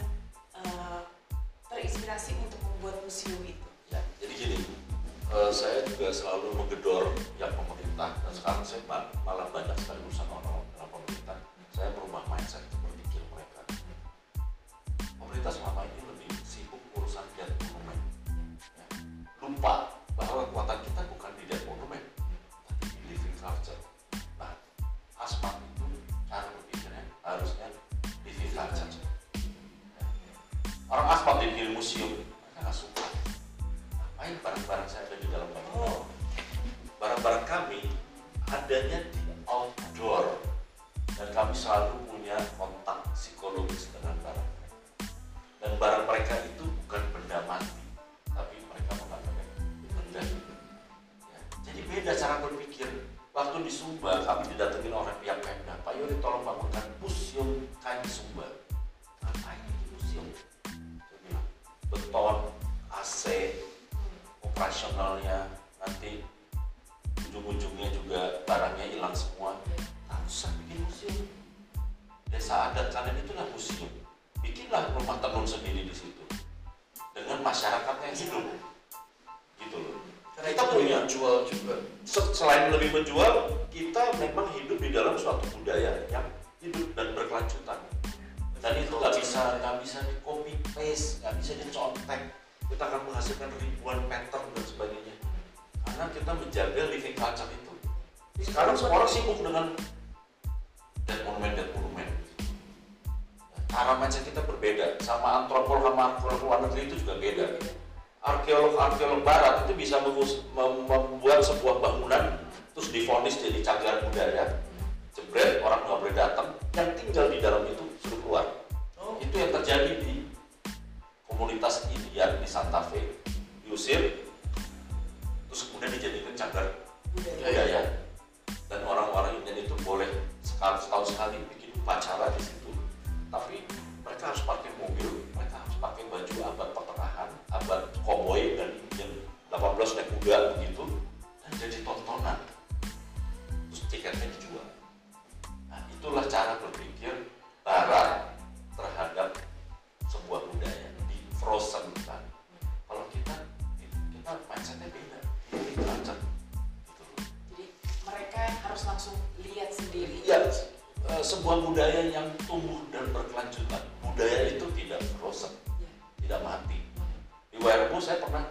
terinspirasi untuk membuat museum itu? Ya, jadi gini, saya juga selalu menggedor yang pemerintah, dan sekarang saya malah banyak sekali urusan orang dalam pemerintah. Saya merubah mindset berpikir mereka. Pemerintah selama ini lebih sibuk urusan lihat monumen, ya. Lupa bahwa kekuatan kita bukan di lihat monumen, tapi di living culture. Nah, Asmat itu cara berpikirnya harusnya living culture. Ya. Orang Asmat dibikin museum, mereka nggak suka. Ngapain barang-barang saya ada di dalam bangunan? Barang-barang kami adanya di outdoor, dan kami selalu punya kontak psikologis dengan barang mereka. Dan barang mereka itu bukan benda mati, tapi mereka menganggapnya benda hidup. Ya. Jadi beda cara berpikir. Waktu di Sumba kami didatengin oleh pihak Pemda, Pak Yori tolong bangunkan museum kain Sumba. Ngapain di museum? Saya bilang, beton, AC, operasionalnya, nanti ujung-ujungnya juga barangnya hilang semua. Tak usah bikin museum. Desa adat kalian itulah museum. Bikinlah rumah tenun sendiri di situ dengan masyarakatnya yang hidup, gitu loh. Karena Kita itu punya jual juga. selain lebih menjual, kita memang hidup di dalam suatu budaya yang hidup dan berkelanjutan. Dan itu nggak bisa di copy paste, nggak bisa dicontek. Kita akan menghasilkan ribuan pattern dan sebagainya. Karena kita menjaga living culture itu. Sekarang semua orang sibuk dengan dead monument. Cara mindset kita berbeda. Sama antropolog sama arkeolog luar negeri itu juga beda. Arkeolog barat itu bisa membuat sebuah bangunan terus divonis jadi cagar budaya. Jebret, orang nggak boleh datang. Yang tinggal di dalam itu suruh keluar. Itu yang terjadi di komunitas Indian di Santa Fe, diusir, terus kemudian dijadikan cagar budaya. Dan orang-orang Indian itu boleh setahun sekali bikin upacara di situ. Tapi mereka harus pakai mobil, mereka harus pakai baju abad pertengahan, abad koboi dan Indian 18 naik kuda begitu, dan jadi tontonan. Terus tiketnya dijual. Nah, itulah cara berpikir Barat terhadap sebuah budaya di frozen kan. Kalau kita mindsetnya beda, ini culture gitu. Jadi mereka harus langsung lihat sendiri. Ya, sebuah budaya yang tumbuh dan berkelanjutan. Budaya itu tidak frozen, tidak mati. Di Wairebo saya pernah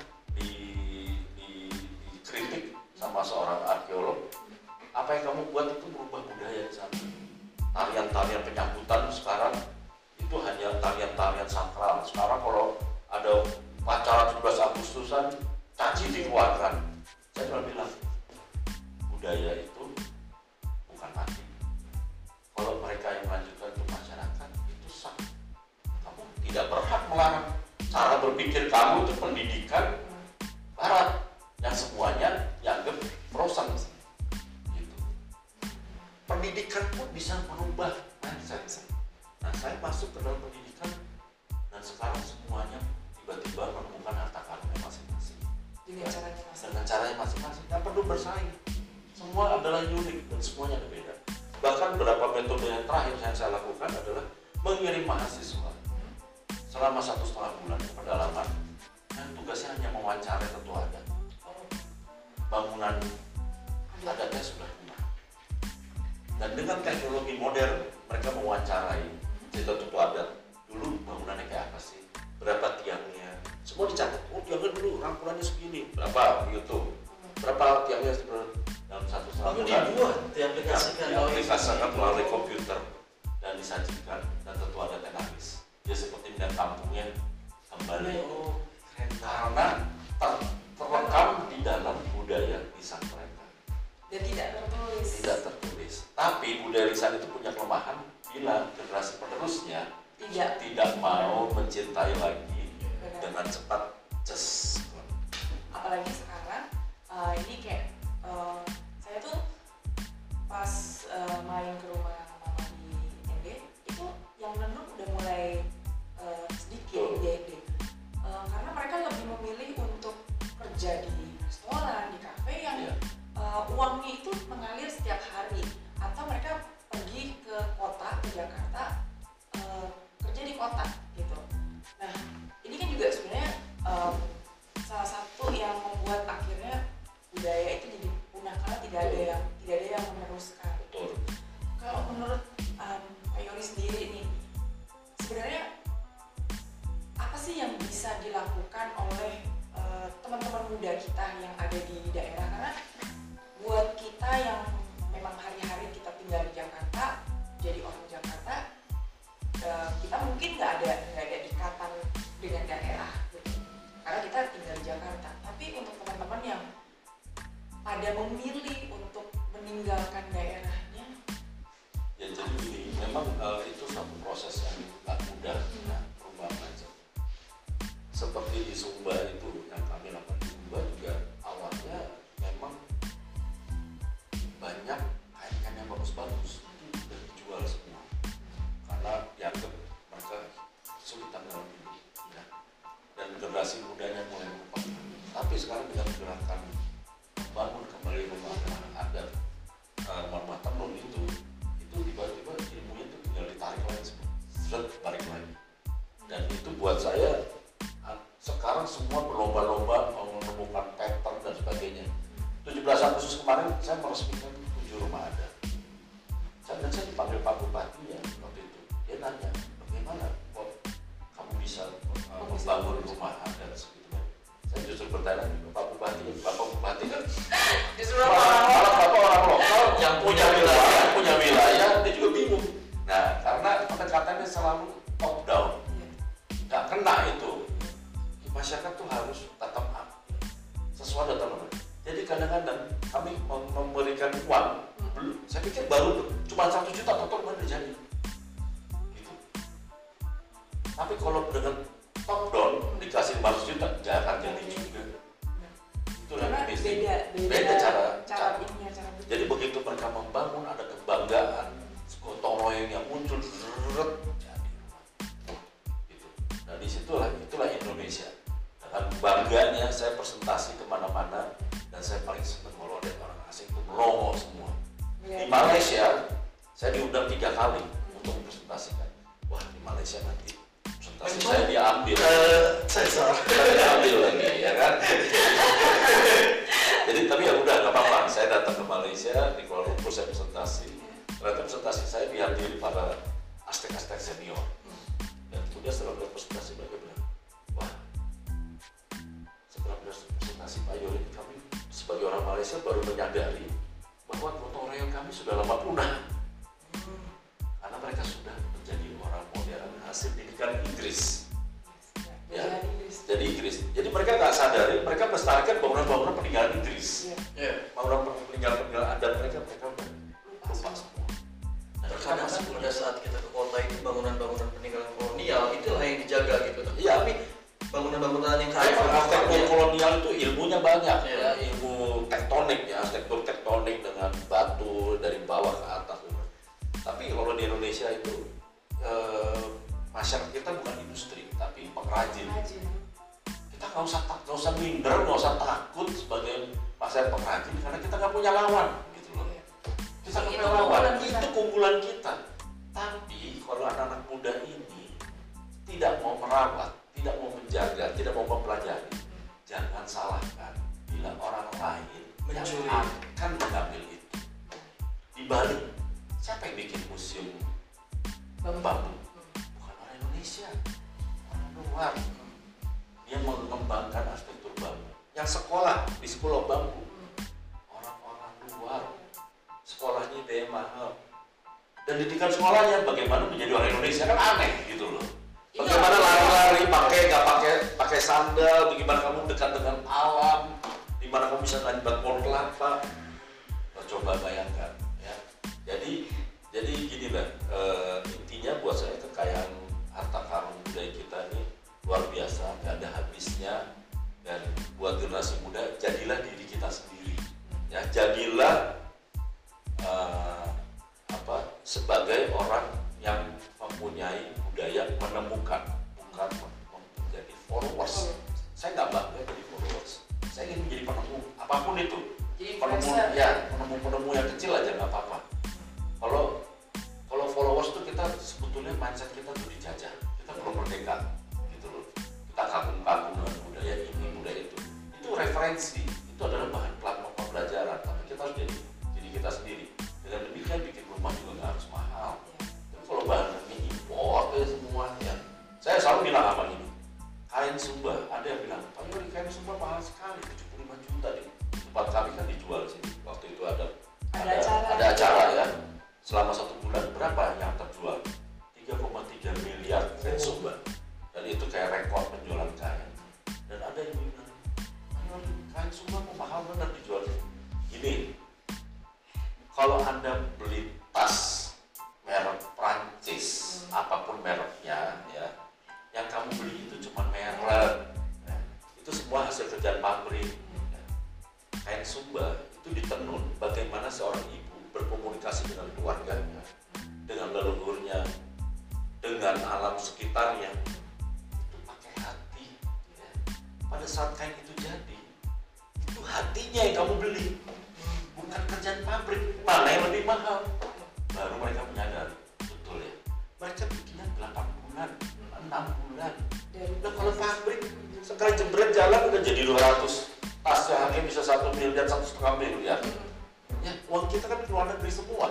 dikritik sama seorang arkeolog. Apa yang kamu buat itu merubah budaya di sana. Tarian-tarian penyambutan sekarang itu hanya tarian-tarian sakral. Sekarang kalau ada upacara 17 Agustusan, caci dikeluarkan. Saya cuma bilang, budaya itu bukan mati. Kalau mereka yang melanjutkan ke masyarakat, itu sah. Kamu tidak berhak melarang. Cara berpikir kamu itu pendidikan Barat yang semuanya dianggap frozen. Gitu. Pendidikan pun bisa merubah mindset. Nah, saya masuk ke dalam pendidikan dan sekarang semuanya tiba-tiba menemukan harta karunnya masing-masing. Dengan caranya masing-masing. Dengan caranya masing-masing. Tidak perlu bersaing. Semua adalah unik dan semuanya berbeda. Bahkan beberapa metode yang terakhir yang saya lakukan adalah mengirim mahasiswa selama 1,5 bulan ke pedalaman dan tugasnya hanya mewawancarai tetua adat. Bangunan adatnya sudah punah. Dan dengan teknologi modern mereka mewawancarai tetua adat. Dulu bangunannya kayak apa sih? Berapa tiangnya? Semua dicatat. Oh, tiangnya dulu rangkulannya segini. Berapa gitu? Berapa tiangnya dalam 1,5 bulan? Dibuat, diaplikasikan melalui komputer dan disajikan, dan tetua adatnya nangis. Dia seperti melihat kampungnya kembali. Karena terekam di dalam budaya lisan mereka. Dan tidak tertulis. Tidak tertulis. Tapi budaya warisan itu punya kelemahan bila generasi penerusnya Tidak. tidak mau mencintai lagi Benar. dengan cepat. Apalagi sekarang ini kayak saya tuh pas main ke rumah mama di ND itu yang menenun udah mulai sedikit di ND karena mereka lebih memilih untuk kerja di restoran, di kafe yang Iya. uangnya itu mengalir setiap hari, atau mereka pergi ke kota, ke Jakarta, kerja di kota gitu. Nah ini kan juga sebenarnya salah satu yang membuat akhirnya budaya itu jadi punah karena tidak ada yang meneruskan. Betul. Kalau menurut Pak Yori sendiri nih, sebenarnya apa sih yang bisa dilakukan oleh teman-teman muda kita yang ada di daerah? Karena buat kita yang memang hari-hari kita tinggal di Jakarta, jadi orang Jakarta, kita mungkin nggak ada ikatan dengan daerah gitu. Karena kita tinggal di Jakarta. Tapi untuk teman-teman yang pada memilih untuk meninggalkan daerahnya, Ya jadi gini, memang itu satu proses yang nggak mudah ya, perubahan aja. Seperti di Sumba itu, yang kami lakukan di Sumba juga awalnya memang banyak kain-kain yang bagus-bagus itu udah dijual semua karena dianggap mereka kesulitan dalam hidup ya. Dan generasi mudanya mulai melupakan. Tapi sekarang dengan gerakan bangun kembali rumah adat, rumah tenun itu tiba-tiba ilmunya itu tinggal ditarik lagi semua, balik lagi. Dan itu buat saya sekarang semua berlomba-lomba menemukan pattern dan sebagainya. 17 Agustus kemarin saya meresmikan 7 rumah adat. Dan saya dipanggil Pak Bupati ya waktu itu. Dia nanya, bagaimana kok kamu bisa membangun rumah adat segitu? Saya justru bertanya, Pak Bupati kan kalau Bapak orang lokal yang punya wilayah, dia juga bingung. Nah, karena pendekatannya selalu top down, nggak kena itu. Masyarakat tuh harus tatap up, sesuai data nomor. Jadi kadang-kadang kami memberikan uang, saya pikir baru cuma 1 juta total baru jadi. Gitu. Tapi kalau dengan top down dikasih 500 juta, jangan jadi juga. Itu karena beda cara. ininya, cara berpikir. Jadi begitu mereka membangun ada kebanggaan, gotong royong yang muncul, jadi gitu. Nah itulah Indonesia. Dengan bangganya saya presentasi kemana-mana dan saya paling senang kalau lihat orang asing itu melongo semua. Di Malaysia saya diundang 3 kali untuk mempresentasikan. Wah di Malaysia nanti presentasi saya diambil. Saya diambil lagi ya kan. Jadi tapi ya udah nggak apa-apa. Saya datang ke Malaysia di Kuala Lumpur saya presentasi. Ternyata presentasi saya dihadiri para Aztec senior. Dan kemudian setelah presentasi mereka bilang, wah setelah presentasi Pak Yori kami sebagai orang Malaysia baru menyadari bahwa gotong royong kami sudah lama punah. Karena mereka sudah menjadi orang modern hasil didikan Inggris. Ya, jadi Inggris. Jadi mereka nggak sadari, mereka melestarikan bangunan-bangunan peninggalan Inggris. Bangunan peninggalan adat mereka udah lupa semua. Nah, Terkadang kan pada saat kita ke kota itu bangunan-bangunan peninggalan kolonial itulah yang dijaga gitu. Iya. Tapi bangunan-bangunan yang kaya Arsitektur kolonial itu ilmunya banyak Iya. ya, ilmu tektonik ya, arsitektur tektonik dengan batu dari bawah ke atas. Tapi kalau di Indonesia itu masyarakat kita bukan industri tapi pengrajin. Kita nggak usah minder, nggak usah takut sebagai masyarakat pengrajin karena kita nggak punya lawan gitu loh. Kita nggak punya lawan, itu keunggulan kita. Tapi kalau anak-anak muda ini tidak mau merawat, tidak mau menjaga, tidak mau mempelajari, jangan salahkan bila orang lain Mencuri. yang akan mengambil itu. Di Bali, siapa yang bikin museum bambu? Bukan orang Indonesia, orang luar. Dia mengembangkan arsitektur bambu. Yang sekolah di sekolah bambu, orang-orang luar. Sekolahnya biaya mahal. Dan didikan sekolahnya bagaimana menjadi orang Indonesia kan aneh gitu loh. Bagaimana lari-lari, pakai sandal, bagaimana kamu dekat dengan alam, di mana kamu bisa lanjut pohon kelapa. Coba bayangkan ya. Jadi begini, intinya buat saya kekayaan harta karun budaya kita ini luar biasa, nggak ada habisnya. Dan buat generasi muda, jadilah diri kita sendiri, ya jadilah sebagai orang yang mempunyai budaya menemukan, bukan menjadi followers. Saya nggak bangga jadi followers, saya ingin menjadi penemu apapun itu. Penemu yang kecil aja nggak apa-apa. Kalau followers itu kita sebetulnya mindset kita tuh dijajah, kita belum merdeka gitu loh. Kita kagum-kagum dengan budaya ini, budaya itu referensi, itu adalah bahan pembelajaran. Tapi kita harus jadi diri kita sendiri. Dengan demikian bikin rumah juga nggak harus mahal. Tapi kalau bahannya impor semua ya, saya selalu bilang apa ini, kain Sumba, ada yang bilang, Pak Yori, kain Sumba mahal sekali, 75 juta di tempat kami kan dijual di sini. Waktu itu ada acara ya. Selama 1 bulan berapa yang terjual? 3,3 miliar kain Sumba. Dan itu kayak rekor penjualan kain. Dan ada yang bilang, Pak Yori, kain Sumba kok mahal benar dijual. Gini, kalau Anda beli tas merek Prancis, apapun mereknya ya, yang kamu beli itu cuma merek, ya. Itu semua hasil kerjaan pabrik. Ya. Kain Sumba itu ditenun bagaimana seorang ibu berkomunikasi dengan keluarganya, dengan leluhurnya, dengan alam sekitarnya, itu pakai hati. Ya. Pada saat kain itu jadi, itu hatinya yang kamu beli, bukan kerjaan pabrik. Mana yang lebih mahal? Baru mereka menyadari, betul ya. Mereka bikinnya 8 bulan, 6 bulan. Nah kalau pabrik sekali jebret jalan udah jadi 200. Tasnya harganya bisa 1 miliar, 1,5 miliar. Ya, uang kita kan ke luar negeri semua.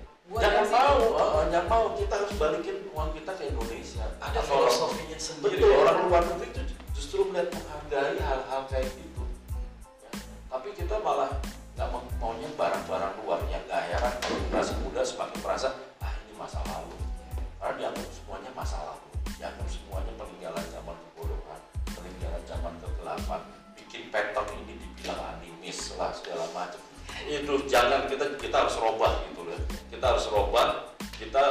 Jangan mau kita harus balikin uang kita ke Indonesia. Ada filosofinya sendiri. Betul, orang luar negeri itu justru melihat menghargai hal-hal kayak gitu. Ya, tapi kita malah nggak maunya barang-barang luarnya. Nggak heran kalau generasi muda semakin merasa ini masa lalu, karena dianggap semuanya masa lalu, dianggap semuanya peninggalan zaman kebodohan, peninggalan zaman kegelapan. Bikin pattern ini dibilang animis lah segala macam. Itu jangan, kita harus robah gitu loh. Kita harus robah, kita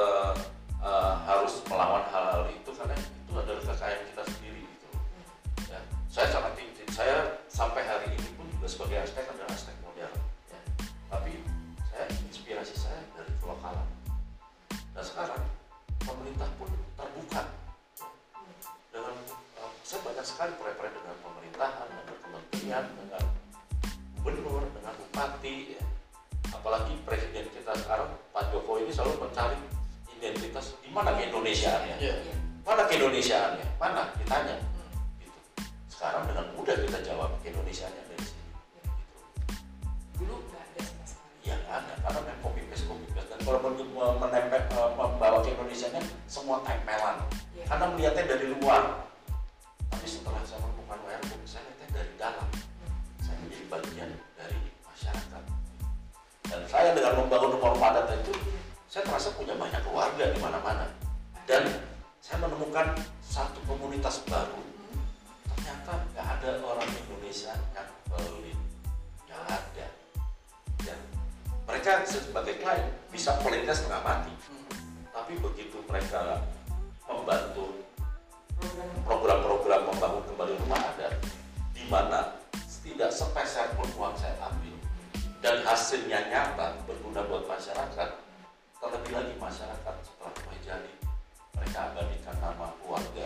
harus melawan hal-hal itu karena itu adalah kekayaan kita sendiri gitu loh. Ya, saya sampai hari ini pun juga sebagai arsitek adalah arsitek modern. Ya. Tapi inspirasi saya dari kelokalan. Dan sekarang pemerintah pun terbuka. Dengan saya banyak sekali proyek-proyek dengan pemerintahan, dengan kementerian, dengan gubernur, dengan bupati. Ya. Apalagi presiden kita sekarang Pak Jokowi ini selalu mencari identitas di mana keindonesiaannya. Mana keindonesiaannya? Mana ditanya. Gitu. Sekarang dengan mudah kita jawab keindonesiaannya dari sini. Gitu. Dulu nggak ada sama sekali. Ya nggak ada, karena memang copy paste. Dan kalau membawa ke Indonesianya semua tempelan. Karena melihatnya dari luar. Tapi setelah saya menemukan Wirebook, saya lihatnya dari dalam. Saya menjadi bagian dari masyarakat. Dan saya dengan membangun rumah padat itu, saya terasa punya banyak keluarga di mana-mana. Dan saya menemukan satu komunitas baru. Ternyata nggak ada orang Indonesia yang pelit. Nggak ada. Ya. Mereka sebagai klien bisa pelitnya setengah mati. Tapi begitu mereka membantu program-program membangun kembali rumah adat, di mana tidak sepeser pun uang saya ambil dan hasilnya nyata berguna buat masyarakat. Terlebih lagi masyarakat setelah mulai jadi, mereka abadikan nama keluarga,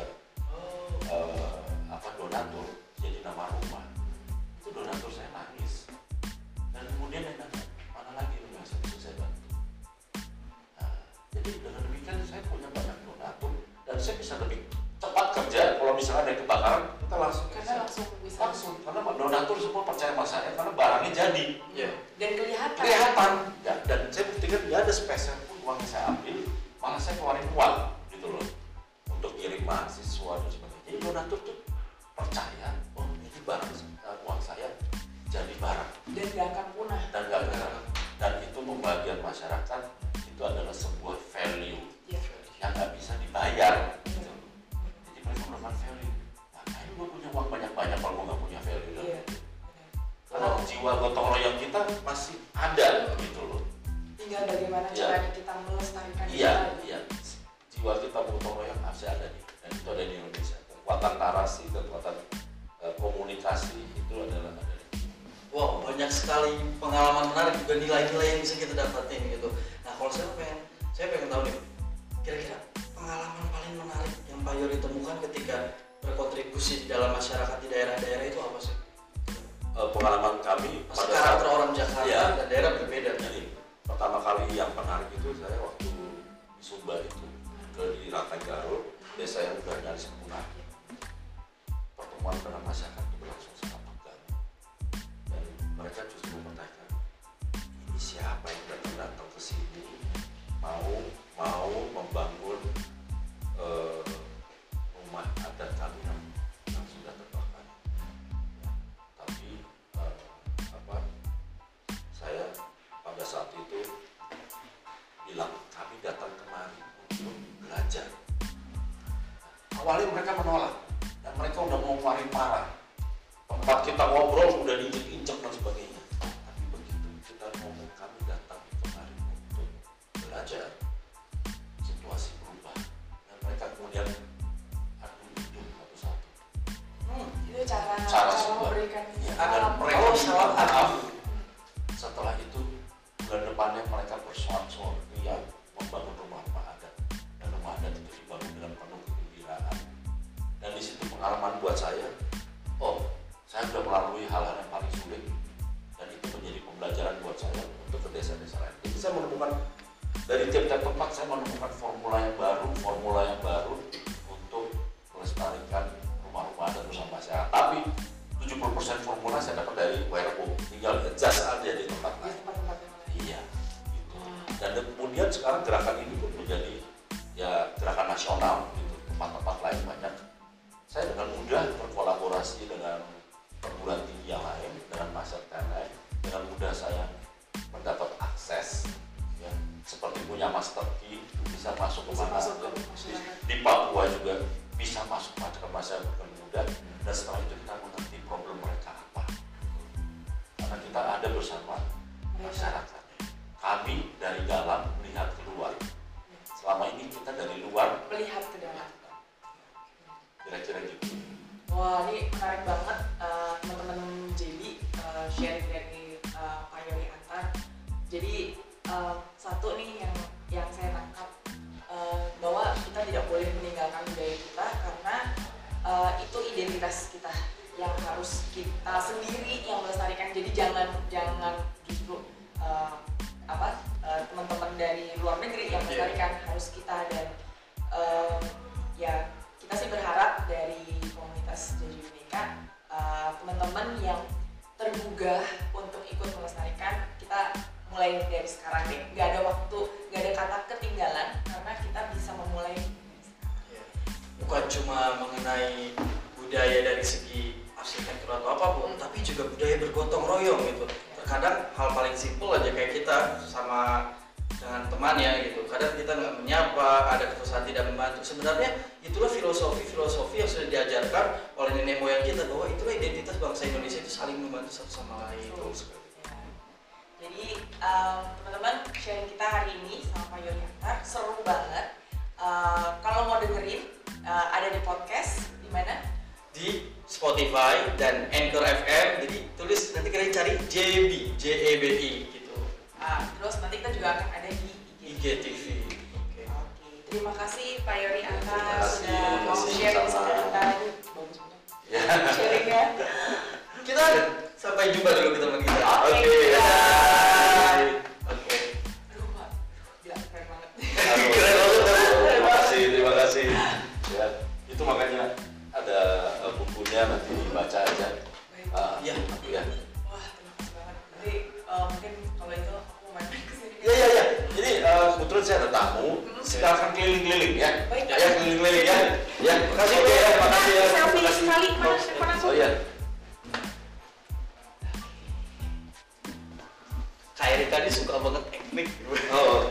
donatur jadi nama rumah. Itu donatur saya nangis. Dan kemudian yang nanya, mana lagi yang bisa saya bantu? Nah, jadi dengan demikian saya punya banyak donatur dan saya bisa lebih cepat kerja. Kalau misalnya ada kebakaran, kita langsung karena donatur semua percaya sama saya karena barangnya jadi. Dan kelihatan. Ya, dan saya buktikan tidak ada spesial pun uang yang saya ambil, malah saya keluarin uang gitu loh untuk kirim mahasiswa dan sebagainya. Jadi donatur tuh percaya, ini barang uang saya jadi barang dan gak akan punah. Dan itu membagian masyarakat itu adalah sebuah value yang nggak bisa dibayar. Gitu. Jadi mereka menemukan value. Ngapain gue punya uang banyak-banyak kalau gue nggak punya value? Karena jiwa gotong royong kita masih ada gitu loh. Tinggal bagaimana istilahnya kita melestarikan itu Iya, tadi. iya. Jiwa kita gotong royong masih ada nih, dan itu ada di Indonesia. Kekuatan narasi, kekuatan komunikasi itu adalah ada. Wow, banyak sekali pengalaman menarik juga nilai-nilai yang bisa kita dapatin gitu. Nah, kalau saya pengen tahu nih, kira-kira pengalaman paling menarik yang Pak Yori temukan ketika berkontribusi di dalam masyarakat di daerah-daerah itu apa sih? Pengalaman kami Pasti karakter orang Jakarta ya, dan daerah berbeda. jadi pertama kali yang menarik itu saya waktu di Sumba itu di Rantai Garut, desa yang udah nyaris punah. Pertemuan dengan masyarakat itu berlangsung sangat tegang, dan mereka justru bertanya, ini siapa yang datang ke sini mau membangun rumah adat kami yang sudah terbakar. Tapi saya pada saat itu bilang kami datang kemari untuk belajar. Awalnya mereka menolak dan mereka udah mau marah. Tempat kita ngobrol udah diinjek-injek dan sebagainya. Tapi begitu kita ngomong kami datang kemari untuk belajar, situasi berubah dan mereka kemudian adu hidup satu-satu. Itu cara sebuah. memberikan Ya, dan mereka Oh, salah. setelah itu bulan depannya mereka bersorak-sorak yang membangun rumah-rumah adat, dan rumah adat itu dibangun dengan penuh kegembiraan. Dan di situ pengalaman buat saya, saya sudah melalui hal-hal yang paling sulit, dan itu menjadi pembelajaran buat saya untuk ke desa-desa lain. Jadi saya menemukan dari tiap-tiap tempat saya menemukan formula yang baru untuk melestarikan rumah-rumah adat bersama masyarakat. Tapi 70% formula saya dapat dari WRO, tinggal adjust aja di tempat di lain. tempat-tempat yang lain. Iya, gitu. Dan kemudian sekarang gerakan ini pun menjadi ya gerakan nasional gitu. Tempat-tempat lain banyak. Saya dengan mudah berkolaborasi dengan perguruan tinggi yang lain, dengan masyarakat yang lain. Dengan mudah saya mendapat akses, ya, seperti punya master key, bisa masuk ke Bisa mana masuk ke aja. masyarakat. Di Papua juga bisa masuk ke masyarakat dengan mudah. Dan setelah itu kita mengerti problem mereka apa. Karena kita ada bersama masyarakat. Kami dari dalam melihat keluar. Selama ini kita dari luar Melihat ke dalam. kira-kira gitu. Wah, ini menarik banget teman-teman JB sharing dari Pak Yori Antar. Jadi satu nih yang saya tangkap bahwa kita tidak boleh meninggalkan budaya kita karena itu identitas kita yang harus kita sendiri yang melestarikan. Jadi jangan justru teman-teman dari luar negeri yang melestarikan, harus kita. Dan ya kita sih berharap dari komunitas JJ Bhinneka teman-teman yang tergugah untuk ikut melestarikan, kita mulai dari sekarang deh. Nggak ada waktu, nggak ada kata ketinggalan karena kita bisa memulai dari sekarang. Bukan cuma mengenai budaya dari segi arsitektur atau apapun, tapi juga budaya bergotong royong gitu. Terkadang hal paling simpel aja kayak kita sama dengan temannya gitu. Kadang kita nggak menyapa, ada kesusahan tidak membantu. Sebenarnya itulah filosofi yang sudah diajarkan oleh nenek moyang kita, bahwa itulah identitas bangsa Indonesia, itu saling membantu satu sama lain. Ya. Jadi teman-teman, sharing kita hari ini sama Pak Yori Antar seru banget. Kalau mau dengerin ada di podcast di mana? Di Spotify dan Anchor FM. Jadi tulis, nanti kalian cari JB, JEBI gitu. Terus nanti kita juga akan ada di IGTV. Oke. Oke, terima kasih Pak Yori Antar Terima kasih. sudah mau Terima kasih sharing sama. sama kita. Ini bagus banget Ya. sharingnya. Kita sampai jumpa dulu ke teman kita. Oke. Bye. Oke. Aduh Pak, gila keren banget. Terima kasih. Ya, itu makanya ada bukunya, nanti dibaca aja. Baik. Iya. Ya. Wah, terima kasih banget. Nanti mungkin kalau itu aku main kesini. Ya. Jadi kebetulan saya ada tamu. Silakan keliling-keliling ya. Baik. Ya, keliling-keliling ya. Ya, makasih ya. Makasih ya. Selfie Makasih. sekali, mana Oh iya. Kak Eri tadi suka banget teknik. Oh.